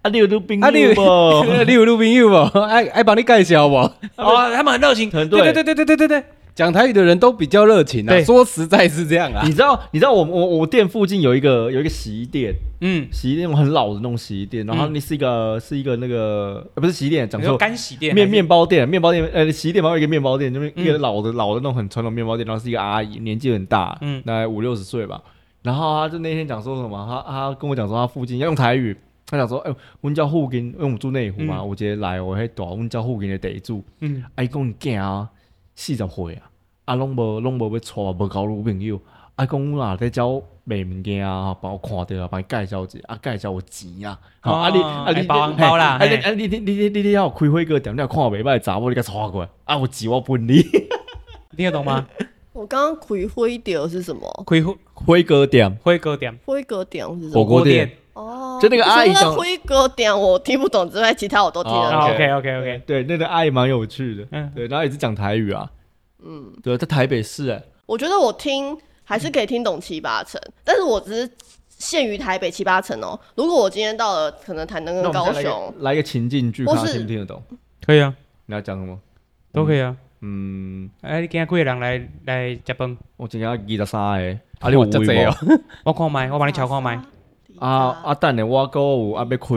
你有女朋友不？ 你有女朋友不？爱帮你介绍不？ 哦，他们很热情， 对对， 讲台语的人都比较热情啊， 对说实在是这样啊。 你知道我店附近有一个洗衣店，洗衣店很老的那种洗衣店，然后那是一个那个不是洗衣店，讲错， 干洗店面包店，洗衣店旁边有一个面包店，就是一个老的那种很传统面包店，然后是一个阿姨，年纪很大，大概50-60岁吧。然后他就那天讲说什么，他跟我讲说他附近要用台语，他讲说，阮家附近，因为我们住内湖嘛，有一个来我迄大阮家附近的地主，伊讲囝啊40岁啊，拢无要娶，无交女朋友，讲阮若在招卖物件啊，帮我看到啊，帮你介绍一下，介绍有钱啊， 你包红包啦， 你要开火锅店，你要看袂歹查某，你甲带过来，有钱我分你， 听得懂吗？ 我刚刚开灰点是什么？ 火锅店， 灰锅店是什么？ 火锅店。 哦， 就那个阿姨讲灰锅店我听不懂之外，其他我都听得懂。 OK， 对，那个阿姨蛮有趣的，对，然后也是讲台语啊，对，在台北市我觉得我听还是可以听懂7-8成，但是我只是限于台北7-8成哦。如果我今天到了可能台南跟高雄， 来一个情境剧，看他听不听得懂？ 可以啊， 你要讲什么？ 都可以啊。 你今天几个人来吃饭？ 我今天23个，你有这济哦？ 我看麦，我帮你瞧看麦。 等下我还有要开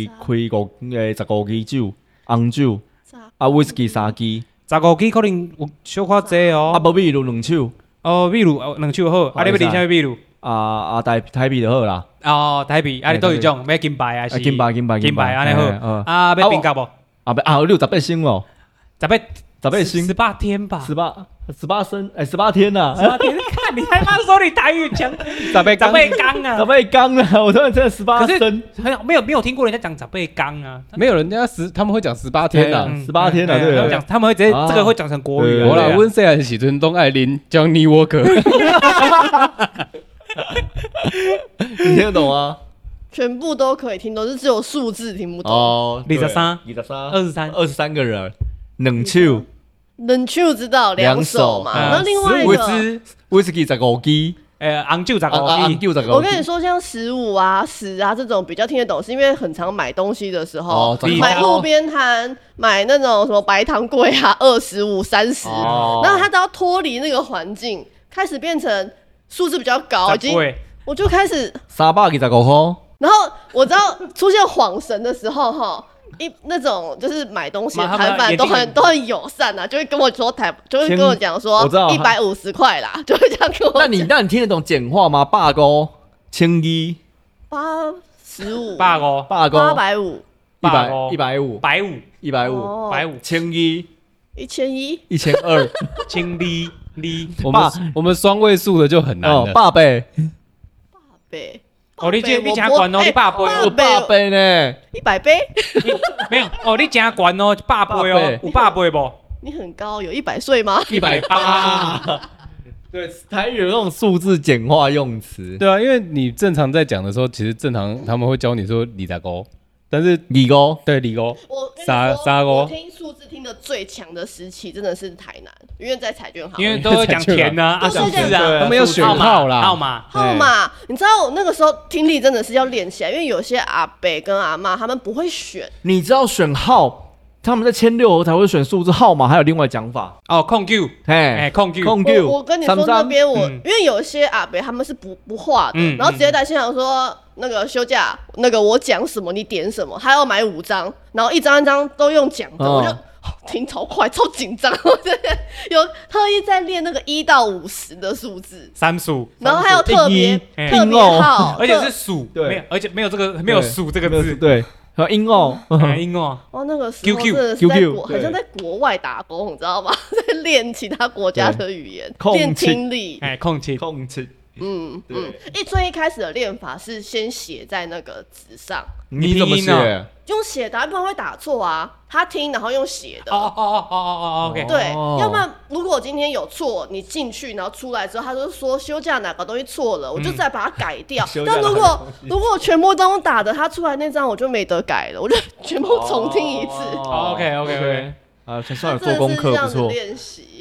15支酒，红酒，whisky 3支 ，15支可能有小可济哦。 无秘鲁2手， 秘鲁2手好，你要啉啥秘鲁？ 台币就好啦。 台币，你倒一种，要金牌还是？ 金牌， 安尼好。要冰甲无？ 你有18升哦，18升 ，18天吧。 18升，18天呐 ！18天，看你还妈说你台语强，18缸啊 ，18缸啊！我突然真的18升， 没有听过人家讲18缸啊， 没有人家他们会讲18天啊 ，18天啊，对， 他们会直接这个会讲成国语。 我啦，阮细汉时阵拢爱啉 Johnny Walker， 你听得懂啊？ 全部都可以听懂，就只有数字听不懂。 哦 ，23、 23个人，2手。 冷酒知道2手嘛，然后另外一个 whisky 15支， 红酒15支。 我跟你说，像15啊、10啊这种比较听得懂，是因为很常买东西的时候，买路边摊，买那种什么白糖柜啊，25、30，然后它都要脱离那个环境，开始变成数字比较高，已经我就开始 325块。 然后我知道出现晃神的时候哈。那种就是买东西的摊贩都很友善啊，就会跟我说就会跟我讲说150块啦，就会这样跟我讲。 那你听得懂简化吗？85、12、 85、 850、 150、 150、1200、 1100、 1200、 1200。 我们双位数的就很难了。 8倍。 你真悬哦，你100倍 ，100倍呢 ？100倍？ 没有你真悬哦，100倍哦，有100倍不？ 你很高，有100岁吗 ？180。 对，台语有那种数字简化用词。 对啊，因为你正常在讲的时候，其实正常他们会教你说25，但是 25， 对25， 我听数字听的最强的时期真的是台南，因为在彩券行， 因为都会讲钱啊， 都是这样， 他们要选号啦， 号码。 你知道我那个时候听力真的是要练起来，因为有些阿伯跟阿嬷他们不会选。 你知道选号，他们在签6合才会选数字号码，还有另外讲法控 Q， 控 Q。 我跟你说那边因为有些阿伯他们是不画的，然后直接在现场说那个休假，那个我讲什么你点什么，他要买5张，然后一张一张都用讲的，我就听超快超紧张，我真的有特意在练那个1到50的数字 3数， 然后还有特别号， 而且是数，对，而且没有数这个字， 对。还有音哦， 那个时候真的是很像在国外打工，你知道吗？在练其他国家的语言，练听力， 控制。 最一开始的练法是先写在那个纸上。 你怎么写？ 用写的，不然会打错啊。他听，然后用写的。 OK。 对，要不然如果我今天有错，你进去然后出来之后，他就说休假哪个东西错了，我就再把它改掉。但如果我全部都打的，他出来那张我就没得改了，我就全部重听一次。 OK。 算有做功课，不错。 练习。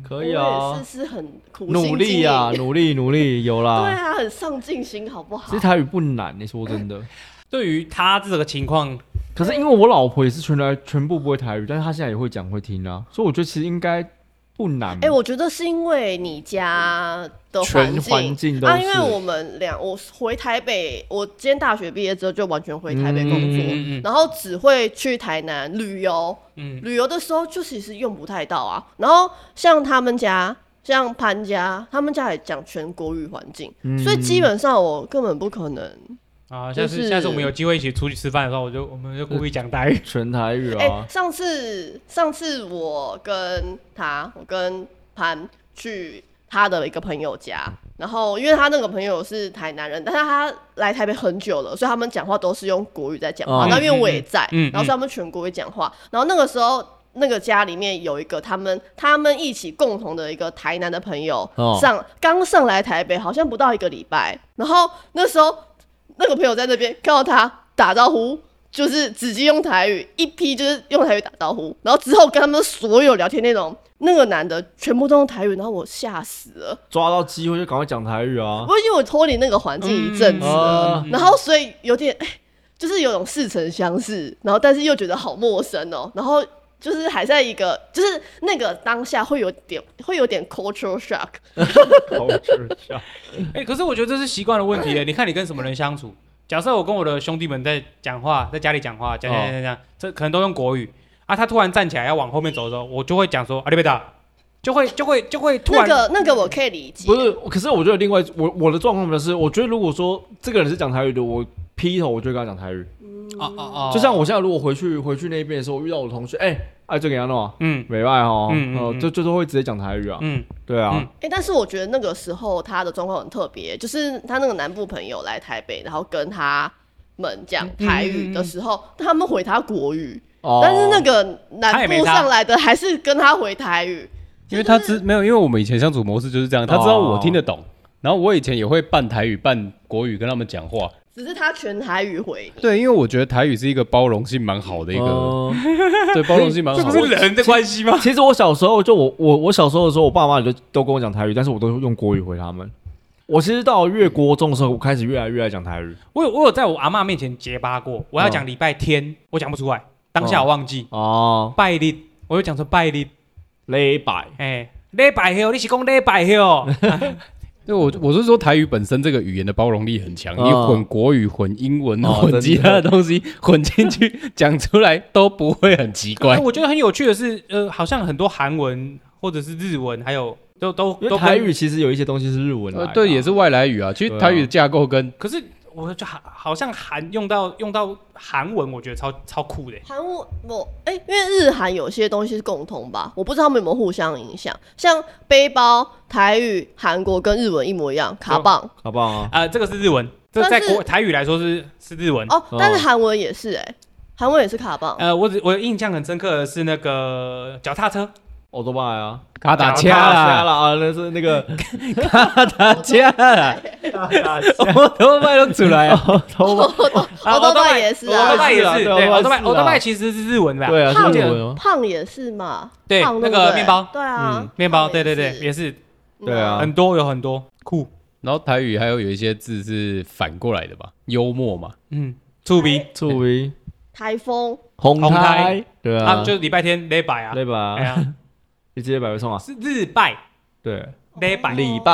可以啊， 我也是很苦心努力啊，努力有啦。 对啊，很上进心，好不好？ 其实台语不难，你说真的。 对于他这个情况， 可是因为我老婆也是全部不会台语，但是她现在也会讲会听啊，所以我觉得其实应该不难。 我觉得是因为你家的全环境都是因为我回台北，我今天大学毕业之后就完全回台北工作，然后只会去台南旅游，旅游的时候就其实用不太到啊。然后像他们家。像潘家，他们家也讲全国语环境，所以基本上我根本不可能啊。下次我们有机会一起出去吃饭的时候，我们就故意讲台语， 全台语啊。 上次我跟潘去他的一个朋友家，然后因为他那个朋友是台南人，但是他来台北很久了，所以他们讲话都是用国语在讲话。那因为我也在，然后所以他们全国语讲话。然后那个时候。那个家里面有一个他们一起共同的一个台南的朋友，刚上来台北，好像不到1个礼拜。然后那时候那个朋友在那边看到他打招呼，就是直接用台语，一批就是用台语打招呼。然后之后跟他们所有聊天内容，那个男的全部都用台语，然后我吓死了。 抓到机会就赶快讲台语啊！ 因为我脱离那个环境一阵子了，然后所以有点就是有种似曾相识，然后但是又觉得好陌生哦，然后。就是还在一个，就是那个当下会有点 cultural shock。cultural shock。可是我觉得这是习惯的问题耶。你看你跟什么人相处？假设我跟我的兄弟们在讲话，在家里讲话，讲，这可能都用国语啊。他突然站起来要往后面走的时候，我就会讲说阿里贝达，就会突然那个我可以理解。 不是，可是我觉得另外我的状况就是，我觉得如果说这个人是讲台语的，我劈头我就跟他讲台语。就像我现在如果回去那边的时候，我遇到我的同学，这个样弄啊，没办哦，就是会直接讲台语啊，对啊， 但是我觉得那个时候他的状况很特别，就是他那个南部朋友来台北，然后跟他们讲台语的时候，他们回他国语，但是那个南部上来的还是跟他回台语， 因为他没有，因为我们以前相处模式就是这样，他知道我听得懂，然后我以前也会扮台语扮国语跟他们讲话。 只是他全台语回你。 对，因为我觉得台语是一个包容性蛮好的一个，对，包容性蛮好的。 这不是人的关系吗？ 其实我小时候就我小时候的时候，我爸妈都跟我讲台语，但是我都用国语回他们。我其实到了越国中的时候，我开始越来越爱讲台语。 我有在我阿嬷面前结巴过，我要讲礼拜天，我讲不出来，当下我忘记。拜日，我就讲成拜日， 礼拜， 礼拜后，你是讲礼拜后？ 对，我是说台语本身这个语言的包容力很强，你混国语、混英文、混其他的东西混进去讲出来都不会很奇怪。 我觉得很有趣的是，好像很多韩文或者是日文，还有都台语其实有一些东西是日文来的， 对，也是外来语啊。其实台语的架构跟可是。我就好像用到韩文，我觉得超酷的。 韩文因为日韩有些东西是共同吧，我不知道他们有没有互相影响。像背包、台语、韩国跟日文一模一样，卡棒啊， 这个是日文，这在台语来说是日文但是韩文也是韩文也是卡棒。 我印象很深刻的是那个脚踏车。 欧多拜啊， 卡达加啦啊，那是那个卡达加啦，欧多拜都出来啊， 欧多拜也是啊， 欧多拜也是，对，欧多拜其实是日文的， 对啊， 胖也是嘛， 对，那个面包， 对啊， 面包，对，也是， 对啊， 有很多酷。 然后台语还有一些字是反过来的吧，幽默嘛， 触鼻， 台风， 红台，对啊， 就是礼拜天礼拜啊， 礼拜。你直接摆会送啊？ 是日拜， 对， 礼拜，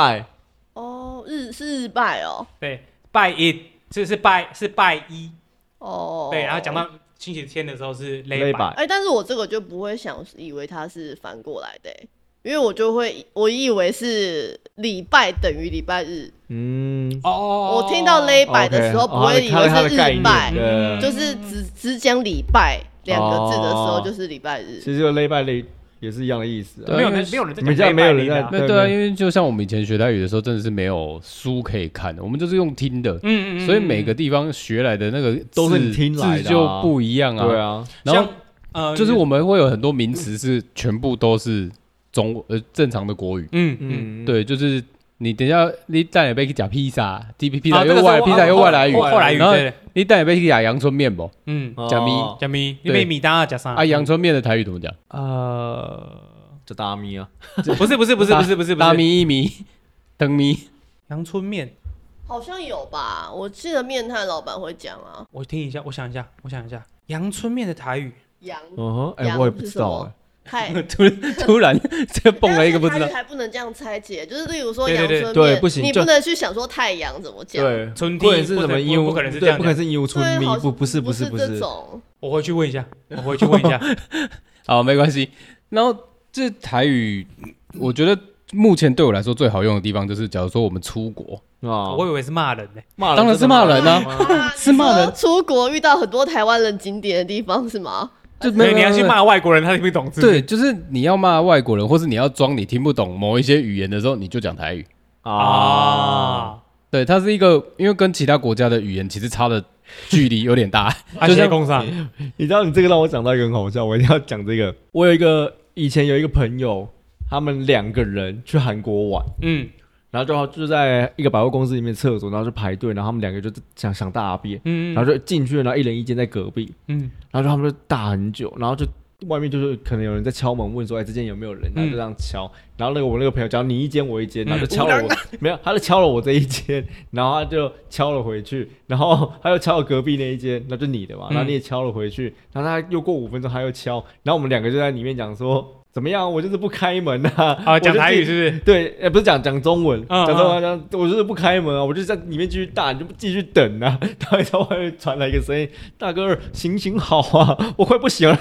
是日拜哦。 对，拜一，是拜一哦。 对，然后讲到星期天的时候是礼拜。 但是我这个就不会以为它是反过来的，因为我以为是礼拜等于礼拜日。我听到礼拜的时候不会以为是日拜，就是只讲礼拜2个字的时候就是礼拜日。 其实礼拜也是一样的意思， 没有人在讲没有人在对啊，因为就像我们以前学台语的时候，真的是没有书可以看的，我们就是用听的，所以每个地方学来的那个都是你听来的， 字就不一样啊。 对啊， 然后就是我们会有很多名词是全部都是正常的国语，对，就是你等一下你带你杯去讲披萨，披萨又外来语，然后你带你杯去讲阳春面不？ 讲米，你杯米当啊讲啥？ 阳春面的台语怎么讲？ 叫大咪啊， 不是大咪一咪灯咪阳春面， 好像有吧？我记得面摊老板会讲啊。 我听一下，我想一下，阳春面的台语， 羊， 我也不知道太突然这蹦了一个不知道， 还不能这样拆解，就是例如说阳春面， 对，不行， 你不能去想说太阳怎么讲， 对， 春天是什么义乌， 不可能是这样， 不可能是义乌春咪，不是这种。 我回去问一下， 好，没关系。然后这台语，我觉得目前对我来说最好用的地方就是，假如说我们出国啊， 我以为是骂人呢， 当然是骂人啊，是骂人。 出国遇到很多台湾人景点的地方是吗？ 就你要去骂外国人，他听不懂。 对，就是你要骂外国人，或是你要装你听不懂某一些语言的时候，你就讲台语啊。对，它是一个，因为跟其他国家的语言其实差的距离有点大。 就像工商， 你知道你这个让我想到一个很好笑，我一定要讲这个。我以前有一个朋友，他们2个人去韩国玩，然后就在一个百货公司里面厕所，然后就排队，然后他们2个就想大便，然后就进去了，然后1人1间在隔壁，然后他们就大很久，然后就外面就是可能有人在敲门问说，这间有没有人，然后就这样敲，然后我那个朋友讲你1间我1间，然后就敲了我，没有，他就敲了我这1间，然后他就敲了回去，然后他又敲了隔壁那1间，那就你的嘛，然后你也敲了回去，然后他又过5分钟他又敲，然后我们2个就在里面讲说。怎么样？我就是不开门啊！ 讲台语是不是？ 对，不是讲中文，讲中文我就是不开门啊！我就在里面继续打，你就继续等啊！然后在外面传来一个声音：“大哥，行好啊，我快不行了。”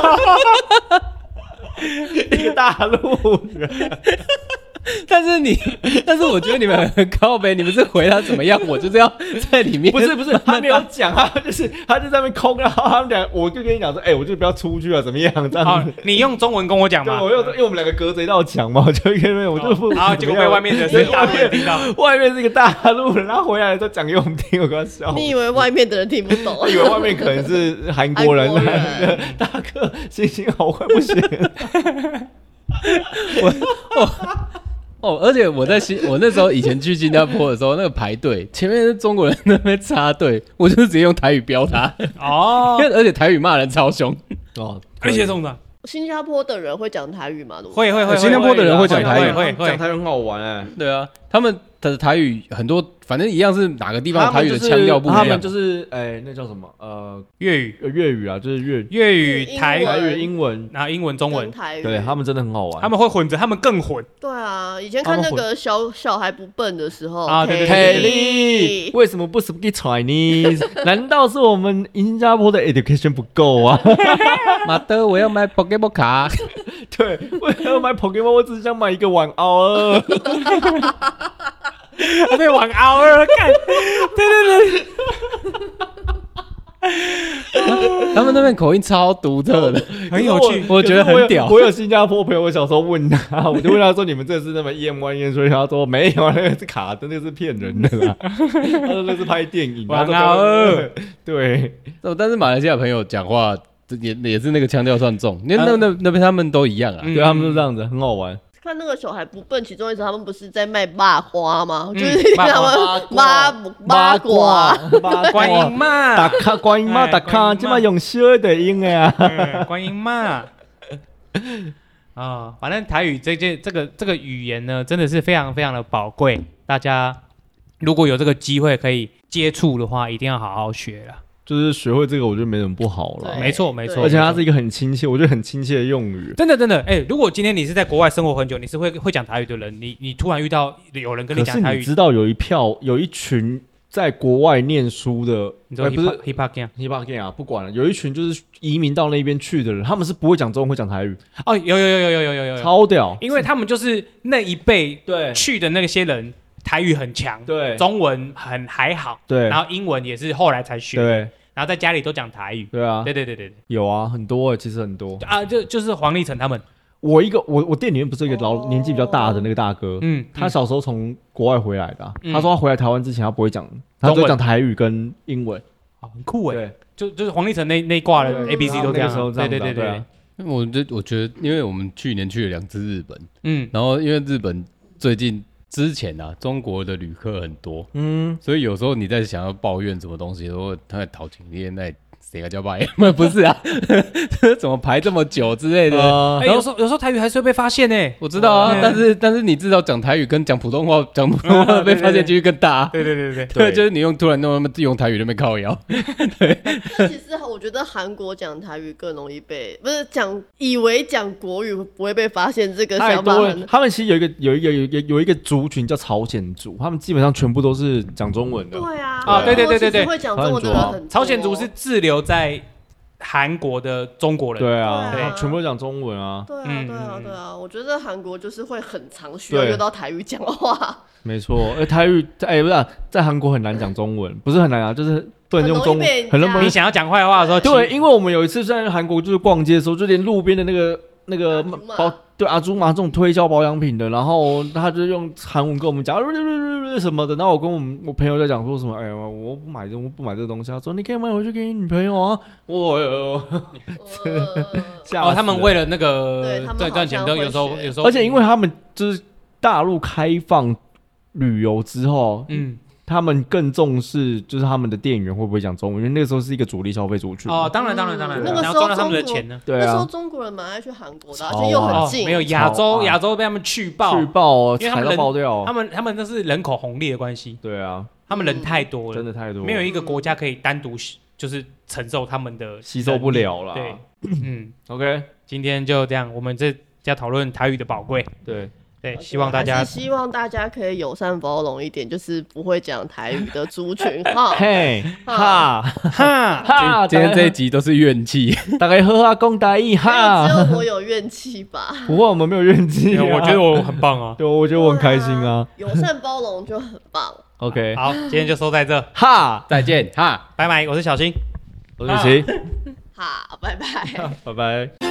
一个大陆人。 但是我觉得你们很靠北，你们是回他怎么样，我就是要在里面。 不是，他没有讲啊，他就在那边空，然后他们俩，我就跟你讲说，我就不要出去了，怎么样这样子？ 你用中文跟我讲嘛？ 对，因为我们2个隔着一道墙嘛，我就因为我就不， 然后结果被外面的人大陆听到， 外面是一个大陆人，他回来的时候讲给我们听，我跟他笑。 你以为外面的人听不懂？ 以为外面可能是韩国人，大哥，行好，快不行。 而且我那时候以前去新加坡的时候，那个排队前面是中国人在那边插队，我就直接用台语飙他哦，而且台语骂人超凶哦， 而且重的。 新加坡的人会讲台语吗？ 会， 新加坡的人会讲台语， 会讲台语很好玩对啊，他们的台语很多，反正一样是哪个地方台语的腔调不一样。 他们就是那叫什么粤语啊，就是粤语、台语、英文， 然后英文、中文， 对他们真的很好玩。 他们会混着，他们更混。 对啊，以前看那个小孩不笨的时候啊，对 ，Kelly 为什么不 speak Chinese？ 难道是我们新加坡的 education 不够啊？ 妈的，我要买 Pokemon 卡。 对，我要买 Pokemon， 我只想买一个玩偶尔。 被玩偶尔看，对。 他们那边口音超独特的， 很有趣， 我觉得很屌。 我有新加坡朋友，我小时候问他，我就问他说：“你们这是那么EM1所以他说：“没有，那个是卡的，那个是骗人的啦。”他说：“那是拍电影。” 玩偶尔， 对。 但是马来西亚朋友讲话也是那个腔调算重，因为那边他们都一样啊， 对他们都这样子，很好玩。 看那个小孩不笨，其中一首他们不是在卖麻花吗？就是他们麻瓜、 观音妈、 大卡、观音妈、大卡，这么用小的音啊， 观音妈啊，反正台语这个语言呢，真的是非常非常的宝贵，大家如果有这个机会可以接触的话，一定要好好学啦。 就是学会这个，我觉得没什么不好了。 没错， 而且它是一个很亲切，我觉得很亲切的用语。 真的，如果今天你是在国外生活很久，你是会讲台语的人，你突然遇到有人跟你讲台语， 可是你知道有一群在国外念书的， 你知道不是 Hip Hop Gang 啊，不管了，有一群就是移民到那边去的人，他们是不会讲中文，会讲台语。 哦，有， 超屌， 因为他们就是那一辈对去的那些人。台语很强， 对， 中文还好， 对， 然后英文也是后来才学， 对， 然后在家里都讲台语， 对啊， 对， 有啊，很多其实很多啊，就是黄立成他们， 我店里面不是有一个年纪比较大的那个大哥，他小时候从国外回来的，他说他回来台湾之前他不会讲，他只会讲台语跟英文， 很酷哎， 对， 就是黄立成那一挂的 ABC 都这样， 对， 我觉得，因为我们去年去了2次日本，然后因为日本最近。之前啊，中国的旅客很多，所以有时候你在想要抱怨什么东西的时候，他在讨情店在谁个叫拜？不是啊，怎么排这么久之类的？ 有时候台语还是会被发现呢。 我知道啊，但是你至少讲台语跟讲普通话被发现几率更大。 对， 就是你突然用台语那边靠腰。 对，其实我觉得韩国讲台语更容易不是以为讲国语不会被发现，这个想法他们其实有一个族群叫朝鲜族，他们基本上全部都是讲中文的。 对啊， 对， 会讲中文的人很多。 朝鲜族是滞留在韩国的中国人。 对啊，全部都讲中文啊。 对啊，我觉得韩国就是会很常需要用到台语讲话。 没错，台语不是在韩国很难讲中文，不是很难啊，就是不能用中文，很容易。 你想要讲坏话的时候， 对，因为我们有一次在韩国就是逛街的时候，就连路边的那个对阿朱玛这种推销保养品的，然后他就用韩文跟我们讲什么的，然后我跟我朋友在讲说什么，哎呀，我不买这个东西，他说你可以买回去给你女朋友啊， 他们为了那个赚钱都有时候， 而且因为他们就是大陆开放旅游之后，他们更重视就是他们的店员会不会讲中文，因为那个时候是一个主力消费族群。 当然， 那个时候赚到他们的钱呢。 对啊，那时候中国人蛮爱去韩国的，而且又很近。 没有亚洲被他们去爆， 因为他们爆掉。 他们那是人口红利的关系。 对啊， 他们人太多了， 真的太多了， 没有一个国家可以单独就是承受他们的吸收不了了。 对 ，OK， 今天就这样，我们这要讨论台语的宝贵。对，希望大家可以友善包容一点，就是不会讲台语的族群哈。 嘿哈哈， 今天这一集都是怨气， 大家好好讲台语哈。 只有我有怨气吧？ 不过我们没有怨气， 我觉得我很棒啊。 对，我觉得我很开心啊。 友善包容就很棒。 OK， 好，今天就收在这， 哈， 再见，哈， 拜拜，我是小新， 我是齐， 哈，拜拜， 拜拜。